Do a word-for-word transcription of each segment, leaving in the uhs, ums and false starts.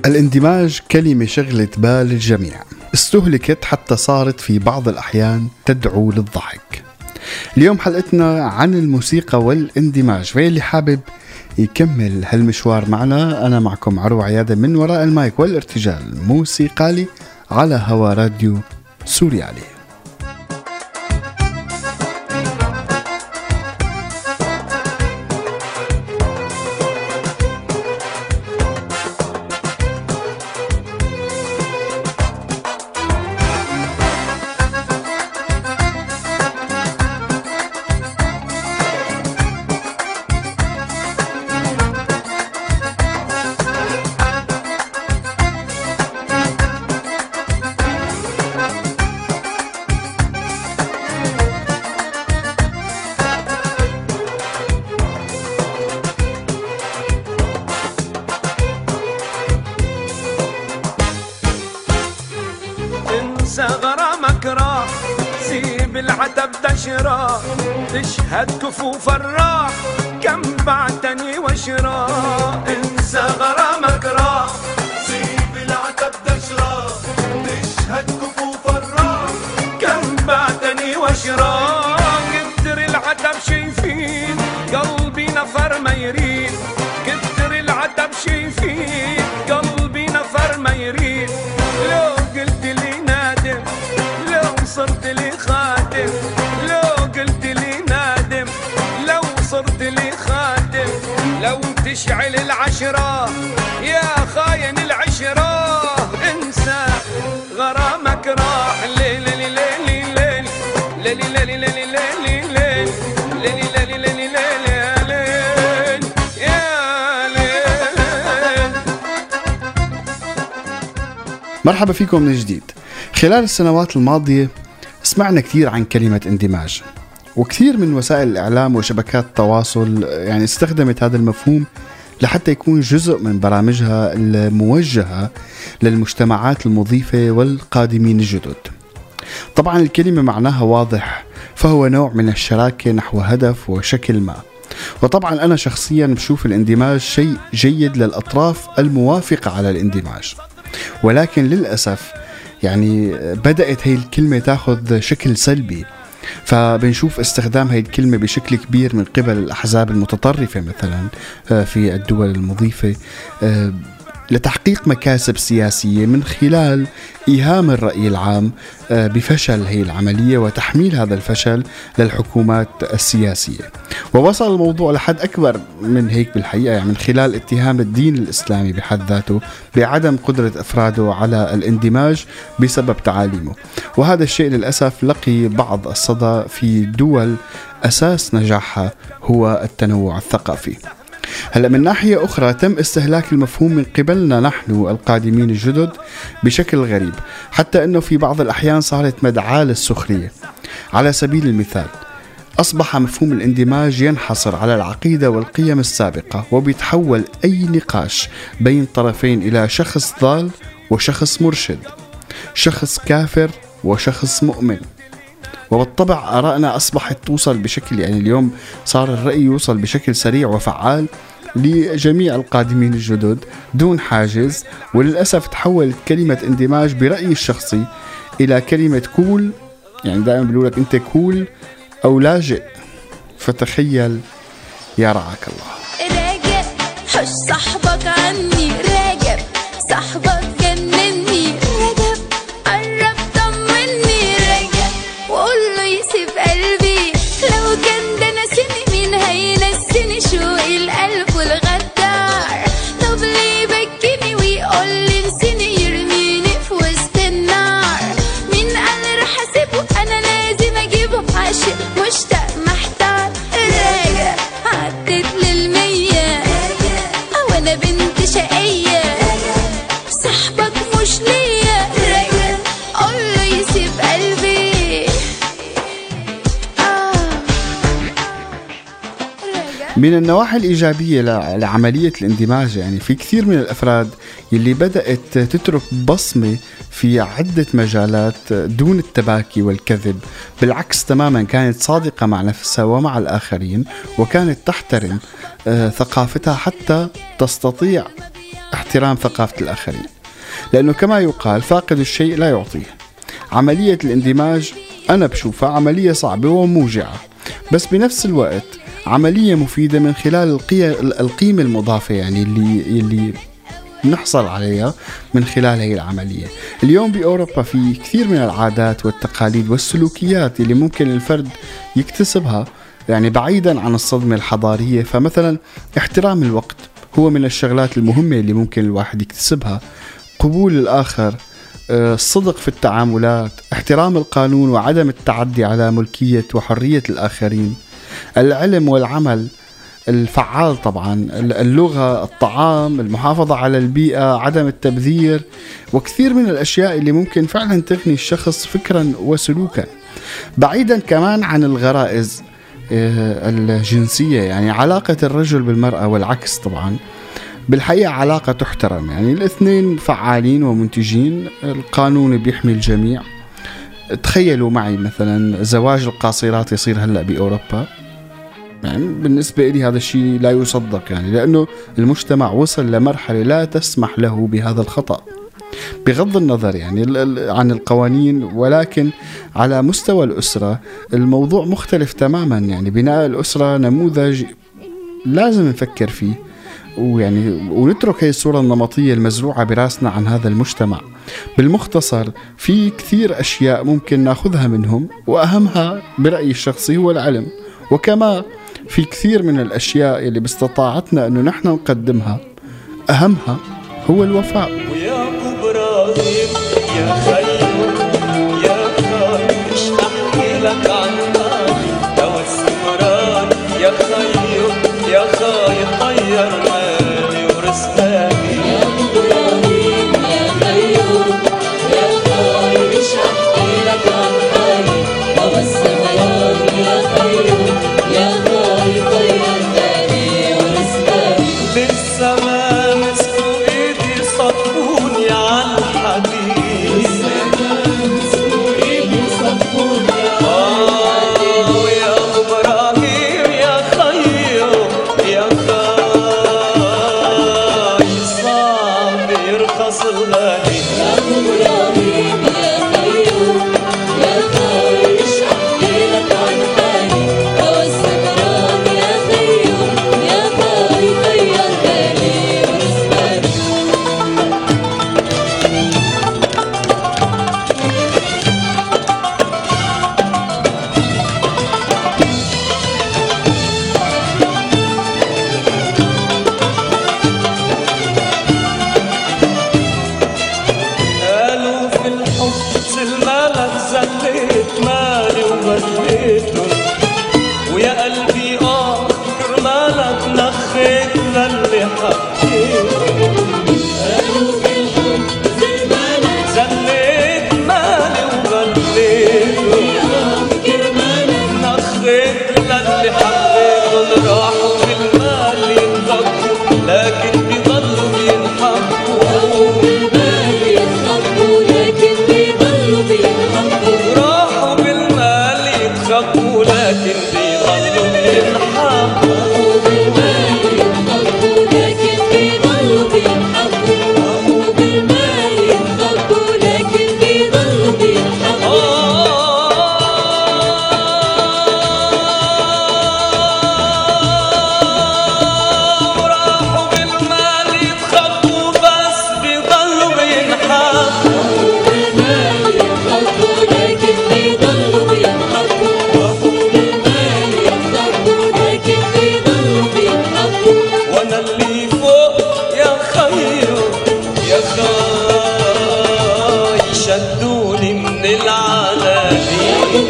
الاندماج كلمة شغلت بال الجميع، استهلكت حتى صارت في بعض الأحيان تدعو للضحك. اليوم حلقتنا عن الموسيقى والاندماج، فاللي حابب يكمل هالمشوار معنا أنا معكم عروة عيادة من وراء المايك والارتجال موسيقالي على هوا راديو سوريالي. غرامك راح سيب العتب دشرا تشهد كفوف الراح كم بعتني وشرا. انسى غرامك راح سيب العتب دشرا تشهد كفوف الراح كم بعتني وشرا. كتر العتب شايفين قلبي نفر ما يريد، كتر العتب شايفين قلبي نفر ما يريد. لو قلت لي نادم لو صرت لي خادم، لو قلت لي نادم لو صرت لي خادم. لو تشعل العشرة يا خاين العشرة انسى غرامك راح. ليل ليل ليل ليل ليل ليل ليل ليل ليل ليل ليل ليل مرحبا فيكم من جديد. خلال السنوات الماضية سمعنا كثير عن كلمة اندماج، وكثير من وسائل الإعلام وشبكات التواصل يعني استخدمت هذا المفهوم لحتى يكون جزء من برامجها الموجهة للمجتمعات المضيفة والقادمين الجدد. طبعا الكلمة معناها واضح، فهو نوع من الشراكة نحو هدف وشكل ما. وطبعا أنا شخصيا بشوف الاندماج شيء جيد للأطراف الموافقة على الاندماج، ولكن للأسف يعني بدأت هاي الكلمة تاخذ شكل سلبي، فبنشوف استخدام هاي الكلمة بشكل كبير من قبل الأحزاب المتطرفة مثلا في الدول المضيفة لتحقيق مكاسب سياسية من خلال إيهام الرأي العام بفشل هي العملية وتحميل هذا الفشل للحكومات السياسية. ووصل الموضوع لحد أكبر من هيك بالحقيقة، يعني من خلال اتهام الدين الإسلامي بحد ذاته بعدم قدرة أفراده على الاندماج بسبب تعاليمه. وهذا الشيء للأسف لقي بعض الصدى في دول أساس نجاحها هو التنوع الثقافي. هلأ من ناحية أخرى تم استهلاك المفهوم من قبلنا نحن القادمين الجدد بشكل غريب، حتى أنه في بعض الأحيان صارت مدعاة للسخرية. على سبيل المثال أصبح مفهوم الاندماج ينحصر على العقيدة والقيم السابقة، وبيتحول أي نقاش بين طرفين إلى شخص ضال وشخص مرشد، شخص كافر وشخص مؤمن. وبالطبع آرائنا أصبحت توصل بشكل يعني اليوم صار الرأي يوصل بشكل سريع وفعال لجميع القادمين الجدد دون حاجز. وللأسف تحولت كلمة اندماج برأيي الشخصي إلى كلمة كول، يعني دائما بيقولوا لك أنت كول أو لاجئ، فتخيل يا رعاك الله. راجع حش صاحبك عني، راجع صاحبك جنني، راجع قرب طمني، راجع وقول له يسيب قلبي لو كان ده ناسيني مين هينسيني شوقي القلب والغدار. طب ليه بكيني ويقول لي نسيني يرميني في وسط النار. مين قال رح اسيبه انا لازم اجيبه عاشق مشتاق محتار. راجع عدت للمية او انا بنت شقية صاحبك مش ليا. راجع قول له يسيب قلبي. آه. من النواحي الإيجابية لعملية الاندماج يعني في كثير من الأفراد يلي بدأت تترك بصمة في عدة مجالات دون التباكي والكذب، بالعكس تماما كانت صادقة مع نفسها ومع الآخرين، وكانت تحترم ثقافتها حتى تستطيع احترام ثقافة الآخرين، لأنه كما يقال فاقد الشيء لا يعطيه. عملية الاندماج أنا بشوفها عملية صعبة وموجعة، بس بنفس الوقت عملية مفيدة من خلال القيمة المضافة يعني اللي اللي نحصل عليها من خلال هي العملية. اليوم بأوروبا في كثير من العادات والتقاليد والسلوكيات اللي ممكن الفرد يكتسبها يعني بعيدا عن الصدمة الحضارية. فمثلا احترام الوقت هو من الشغلات المهمة اللي ممكن الواحد يكتسبها، قبول الآخر، الصدق في التعاملات، احترام القانون وعدم التعدي على ملكية وحرية الآخرين، العلم والعمل الفعال طبعا، اللغة، الطعام، المحافظة على البيئة، عدم التبذير، وكثير من الأشياء اللي ممكن فعلا تغني الشخص فكرا وسلوكا. بعيدا كمان عن الغرائز الجنسية، يعني علاقة الرجل بالمرأة والعكس طبعا بالحقيقة علاقة تحترم، يعني الاثنين فعالين ومنتجين، القانون بيحمي الجميع. تخيلوا معي مثلا زواج القاصرات يصير هلأ بأوروبا، يعني بالنسبة لي هذا الشيء لا يصدق، يعني لأنه المجتمع وصل لمرحلة لا تسمح له بهذا الخطأ بغض النظر يعني عن القوانين، ولكن على مستوى الأسرة الموضوع مختلف تماما. يعني بناء الأسرة نموذج لازم نفكر فيه، ويعني ونترك هي الصورة النمطية المزروعة براسنا عن هذا المجتمع. بالمختصر في كثير أشياء ممكن ناخذها منهم، وأهمها برأيي الشخصي هو العلم، وكما في كثير من الأشياء اللي باستطاعتنا أنه نحن نقدمها أهمها هو الوفاء. ويا إبراهيم يا خيو يا خاي مش أحكي لك عن مالي لو السمران يا خيو يا خاي طير مالي ورزقاني. يا إبراهيم يا خيو يا خاي مش أحكي لك عن حالي لو السمران يا خيو يا خاي طير مالي ورزقاني. لسه ما مسكوا ايدي صفوني على الحديد، لسه ما مسكوا ايدي صفوني على الحديد. آه ويا إبراهيم يا خيو يا خاي صعب يرخص الغالي. يا إبراهيم يا خيو يا خاي مش أحكي لك عن حالي لو السمران يا خيو يا خاي طير بالي ورزقاني. قالوا في الحب زلمالك زليت مالي وبديته، ويا قلبي اه كرمالك نخيت للي حبيته. قالوا في الحب زلمالك زليت مالي وبديته، آه كرمالك نخيت للي حبيته. راحوا بالمال ينضبوا لكن بيضلوا بينحبوا، بالمال يتخبوا لكن بيضلوا بينحبوا. راحوا بالمال يتخبوا لكن بيضلوا بينحبوا. بالمال يتخبوا لكن بيضلوا بينحبوا. بالمال يتخبوا لكن بيضلوا بينحبوا. راحوا بالمال يتخبوا بس بيضلوا بينحبوا. بالمال يتخبوا لكن بيضلوا بينحبوا. بالمال يتخبوا لكن بيضلوا بينحبوا. وانا اللي فوق يا خيو يا خاي شدوني من العلالي.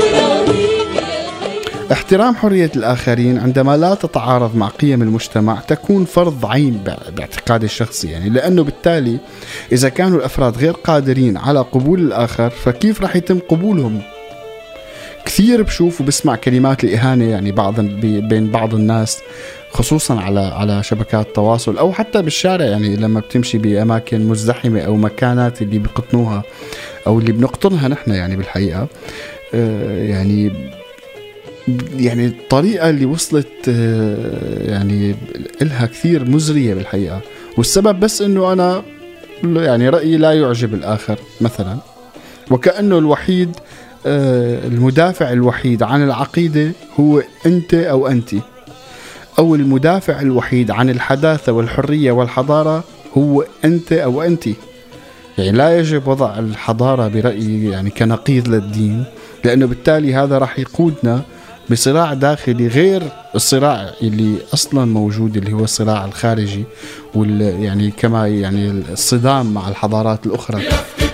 احترام حرية الآخرين عندما لا تتعارض مع قيم المجتمع تكون فرض عين باعتقادي الشخصي، يعني لأنه بالتالي إذا كانوا الأفراد غير قادرين على قبول الآخر فكيف رح يتم قبولهم؟ كثير بشوف وبسمع كلمات الإهانة يعني بعض بين بعض الناس، خصوصا على على شبكات التواصل أو حتى بالشارع، يعني لما بتمشي بأماكن مزدحمة أو مكانات اللي بيقطنوها أو اللي بنقطنها نحن يعني بالحقيقة. آه يعني يعني الطريقة اللي وصلت يعني إلها كثير مزرية بالحقيقة، والسبب بس إنه أنا يعني رأيي لا يعجب الآخر مثلا، وكأنه الوحيد المدافع الوحيد عن العقيدة هو أنت أو أنتِ، أو المدافع الوحيد عن الحداثة والحرية والحضارة هو أنت أو أنتِ. يعني لا يجب وضع الحضارة برأيي يعني كنقيض للدين، لأنه بالتالي هذا راح يقودنا بصراع داخلي غير الصراع اللي أصلا موجود اللي هو الصراع الخارجي، وال يعني كما يعني الصدام مع الحضارات الأخرى.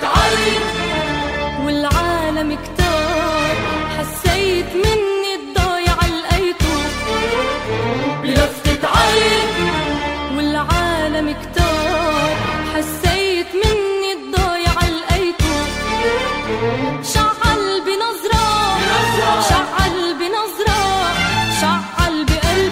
والعالم كتار حسيت مني الضايع لقيته بلفتة عين، والعالم كتار حسيت مني الضايع لقيته شعل بنظرة شعل بنظرة شعل بقلب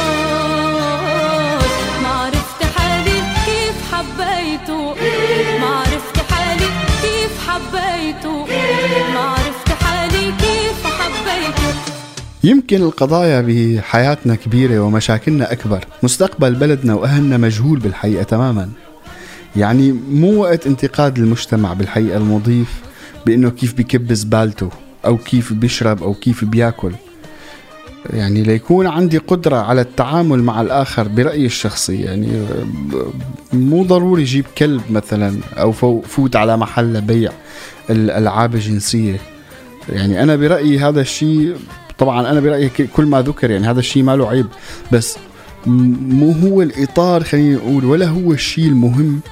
النار، ما عرفت حالي كيف حبيته، ما عرفت حالي كيف حبيته، ما عرفت حالي كيف حبيته. يمكن القضايا بحياتنا كبيرة ومشاكلنا أكبر، مستقبل بلدنا وأهلنا مجهول بالحقيقة تماما. يعني مو وقت انتقاد المجتمع بالحقيقة المضيف بأنه كيف بيكب زبالته أو كيف بيشرب أو كيف بياكل. يعني ليكون عندي قدرة على التعامل مع الآخر برأيي الشخصي، يعني مو ضروري جيب كلب مثلا أو فوت على محل بيع الألعاب الجنسية. يعني أنا برأيي هذا الشيء، طبعا أنا برأيي كل ما ذكر يعني هذا الشيء ما له عيب، بس مو هو الإطار خلينا نقول، ولا هو الشيء المهم.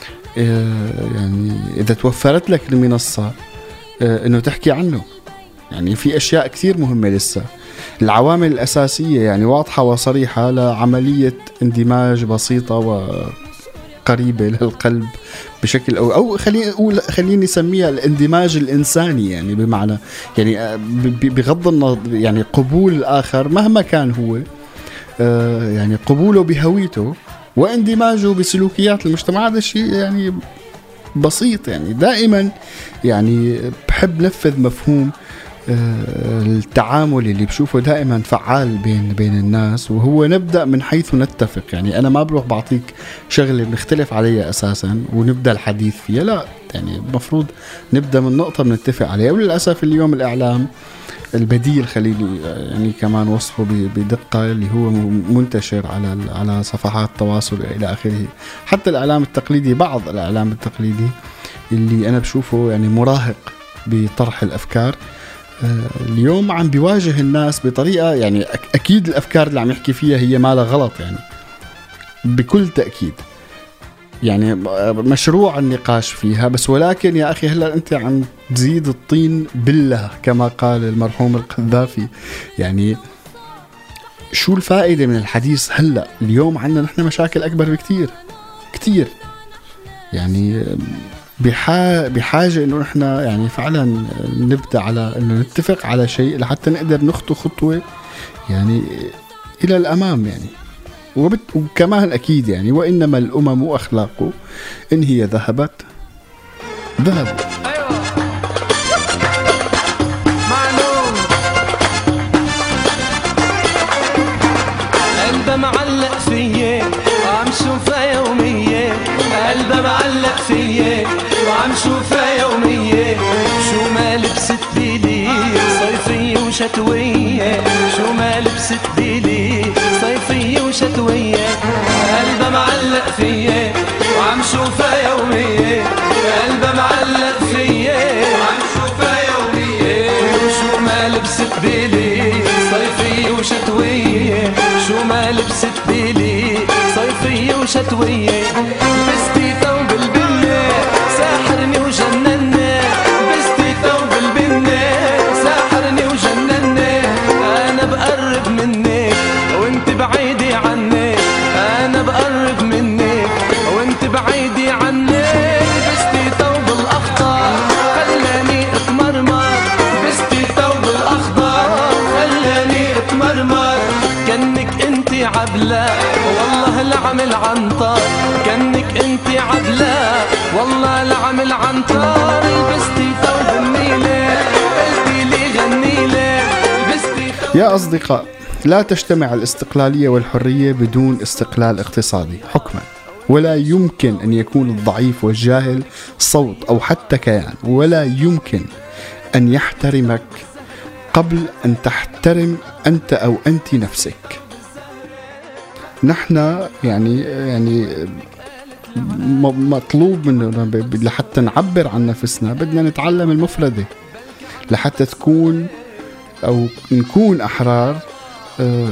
يعني إذا توفرت لك المنصة إنه تحكي عنه، يعني في أشياء كثير مهمة لسه. العوامل الأساسية يعني واضحة وصريحة لعملية اندماج بسيطة وقريبة للقلب بشكل أو أو خليني أقول خليني نسميها الاندماج الإنساني، يعني بمعنى يعني بغض النظر يعني قبول الآخر مهما كان هو، يعني قبوله بهويته واندماجه بسلوكيات المجتمع. هذا الشيء يعني بسيط. يعني دائما يعني بحب نفذ مفهوم التعامل اللي بشوفه دائما فعال بين بين الناس، وهو نبدأ من حيث نتفق. يعني أنا ما بروح بعطيك شغلة بنختلف عليها أساسا ونبدأ الحديث فيها، لا، يعني المفروض نبدأ من نقطة بنتفق عليها. وللأسف اليوم الإعلام البديل خليني يعني كمان وصفه بدقة اللي هو منتشر على على صفحات التواصل إلى آخره. حتى الإعلام التقليدي، بعض الإعلام التقليدي اللي أنا بشوفه يعني مراهق بطرح الأفكار، اليوم عم بيواجه الناس بطريقة يعني أكيد الأفكار اللي عم يحكي فيها هي مالها غلط، يعني بكل تأكيد يعني مشروع النقاش فيها، بس ولكن يا أخي هلأ أنت عم تزيد الطين بلة كما قال المرحوم القذافي. يعني شو الفائدة من الحديث هلأ؟ اليوم عندنا نحن مشاكل أكبر بكتير كتير، يعني بحاجة إنه نحن يعني فعلا نبدأ على إنه نتفق على شيء لحتى نقدر نخطو خطوة يعني إلى الأمام. يعني وكمان أكيد يعني وإنما الأمم أخلاق إن هي ذهبت ذهبوا. قلبه معلق فيي وعم شوفه يومية، قلبه معلق فيي وعم شوفه يومية. شو ما لبست بيلي صيفية وشتوية، شو ما لبست بيلي صيفية وشتوية. قلبه معلق فيي وعم شوفه يومية، قلبه معلق فيي وعم شوفه يومية. شو ما لبست بيلي صيفية وشتوية، شو ما لبست بيلي صيفية وشتوية. بستي ثوب البنة ساحرني وجنني، بستي ثوب البنة ساحرني وجنني. أنا بقرب منك وانت بعيدي عني، أنا بقرب منك وانت بعيدي عني. بستي ثوب الأخضر خلاني اتمرمر، بستي ثوب الأخضر خلاني اتمرمر. كأنك انت عبلة والله لعمل عنطر، كأنك انت عبلة والله لعمل عنطر. لبستي ثوب النيلة قلتي لي غنيلة، لبستي. يا أصدقاء، لا تجتمع الاستقلالية والحرية بدون استقلال اقتصادي حكما. ولا يمكن أن يكون الضعيف والجاهل صوت أو حتى كيان، ولا يمكن أن يحترمك قبل أن تحترم أنت أو أنت نفسك. نحن يعني يعني مطلوب مننا لحتى نعبر عن نفسنا بدنا نتعلم المفردة لحتى تكون أو نكون أحرار، أه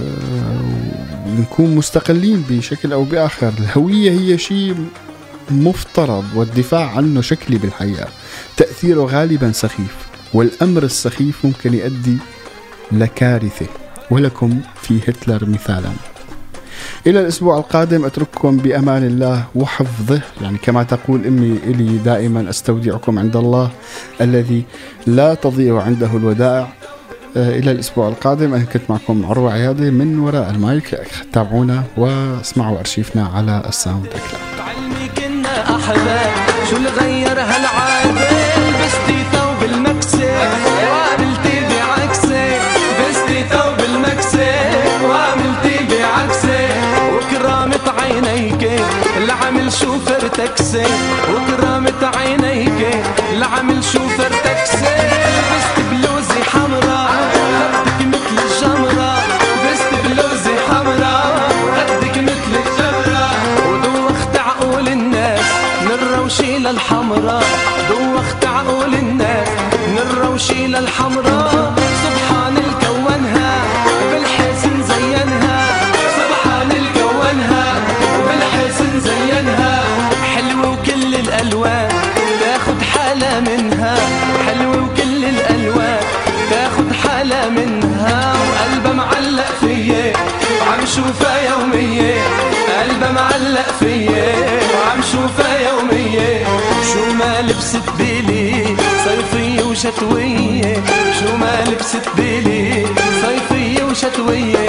نكون مستقلين بشكل أو بآخر. الهوية هي شيء مفترض والدفاع عنه شكلي بالحياة، تأثيره غالبا سخيف، والأمر السخيف ممكن يؤدي لكارثة، ولكم في هتلر مثالا. إلى الأسبوع القادم أترككم بأمان الله وحفظه، يعني كما تقول أمي إلي دائما أستودعكم عند الله الذي لا تضيع عنده الودائع. إلى الأسبوع القادم. أنا كنت معكم عروة عيادة من وراء المايك. تابعونا واسمعوا أرشيفنا على الساوند كلاود. علمي كنا أحباب، شو اللي غير هالعادة؟ لبستي ثوب المكسب وعملتي بعكسي، لبستي ثوب المكسب وعملتي بعكسي، وكرامة عينيك لعمل شوفر تاكسي، وكرامة عينيك لعمل شوفر تاكسي. لبست بلوزي حمراء خدك مثل الجمرة، لبست بلوزي حمراء خدك مثل الجمرة، ودوخت عقول الناس من الروشي للحمراء، دوخت عقول الناس من الروشي للحمراء. سبحان الكونها بالحسن زينها، سبحان الكونها بالحسن زينها، حلوة وكل الألوان تاخد حالة منها، حلوة وكل الألوان تاخد حالة منها. وقلبها معلق فيا وعم شوفها يومية، قلبها معلق فيا وعم شوفها يومية. شو ما لبست بيلي صيفية وشتوية، شو ما لبست بيلي صيفية وشتوية،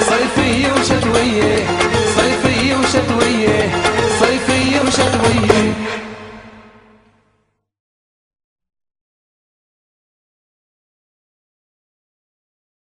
صيفية وشتوية، صيفية وشتوية، صيفية وشتوية.